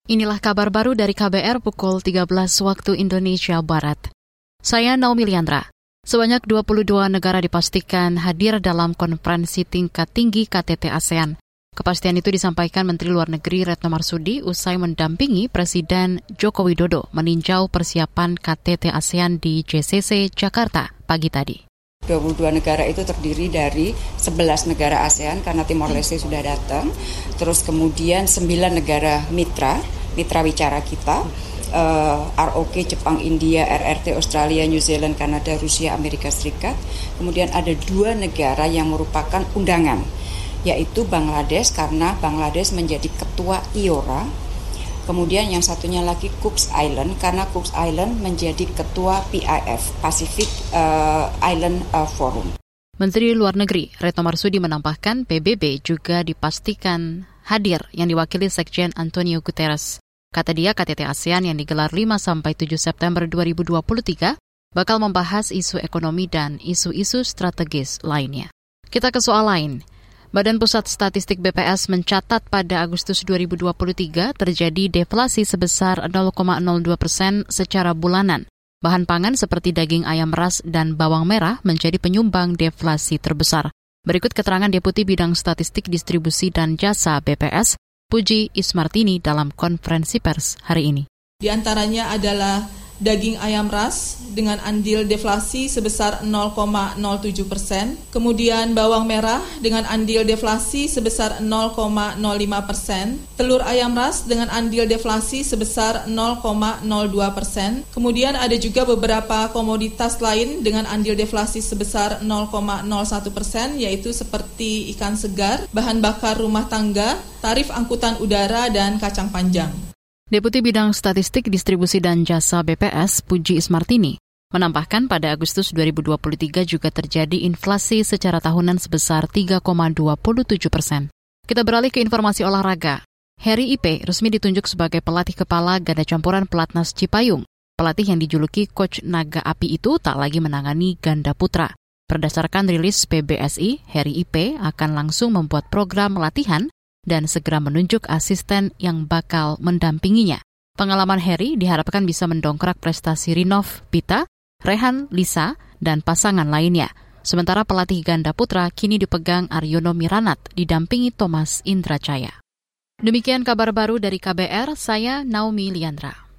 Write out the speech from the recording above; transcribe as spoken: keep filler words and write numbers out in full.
Inilah kabar baru dari K B R pukul tiga belas waktu Indonesia Barat. Saya Naomi Liandra. Sebanyak dua puluh dua negara dipastikan hadir dalam konferensi tingkat tinggi K T T ASEAN. Kepastian itu disampaikan Menteri Luar Negeri Retno Marsudi usai mendampingi Presiden Joko Widodo meninjau persiapan K T T ASEAN di J C C Jakarta pagi tadi. dua puluh dua negara itu terdiri dari sebelas negara ASEAN karena Timor Leste sudah datang. Terus kemudian sembilan negara mitra, mitra bicara kita, uh, R O K, Jepang, India, R R T, Australia, New Zealand, Kanada, Rusia, Amerika Serikat. Kemudian ada dua negara yang merupakan undangan, yaitu Bangladesh karena Bangladesh menjadi ketua I O R A. Kemudian yang satunya lagi Cook Island karena Cook Island menjadi ketua P I F, Pacific uh, Island uh, Forum. Menteri Luar Negeri Retno Marsudi menambahkan P B B juga dipastikan hadir yang diwakili Sekjen Antonio Guterres. Kata dia, K T T ASEAN yang digelar lima sampai tujuh September dua ribu dua puluh tiga bakal membahas isu ekonomi dan isu-isu strategis lainnya. Kita ke soal lain. Badan Pusat Statistik B P S mencatat pada Agustus dua ribu dua puluh tiga terjadi deflasi sebesar nol koma nol dua persen secara bulanan. Bahan pangan seperti daging ayam ras dan bawang merah menjadi penyumbang deflasi terbesar. Berikut keterangan Deputi Bidang Statistik Distribusi dan Jasa B P S, Puji Ismartini dalam konferensi pers hari ini. Di antaranya adalah daging ayam ras dengan andil deflasi sebesar nol koma nol tujuh persen, kemudian bawang merah dengan andil deflasi sebesar nol koma nol lima persen, telur ayam ras dengan andil deflasi sebesar nol koma nol dua persen, kemudian ada juga beberapa komoditas lain dengan andil deflasi sebesar nol koma nol satu persen, yaitu seperti ikan segar, bahan bakar rumah tangga, tarif angkutan udara, dan kacang panjang. Deputi Bidang Statistik Distribusi dan Jasa B P S, Puji Ismartini, menambahkan pada Agustus dua ribu dua puluh tiga juga terjadi inflasi secara tahunan sebesar tiga koma dua tujuh persen. Kita beralih ke informasi olahraga. Harry Ipe resmi ditunjuk sebagai pelatih kepala ganda campuran Pelatnas Cipayung. Pelatih yang dijuluki Coach Naga Api itu tak lagi menangani ganda putra. Berdasarkan rilis P B S I, Harry Ipe akan langsung membuat program latihan dan segera menunjuk asisten yang bakal mendampinginya. Pengalaman Harry diharapkan bisa mendongkrak prestasi Rinov Pita, Rehan Lisa, dan pasangan lainnya. Sementara pelatih ganda putra kini dipegang Aryono Miranat, didampingi Thomas Indrajaya. Demikian kabar baru dari K B R, saya Naomi Liandra.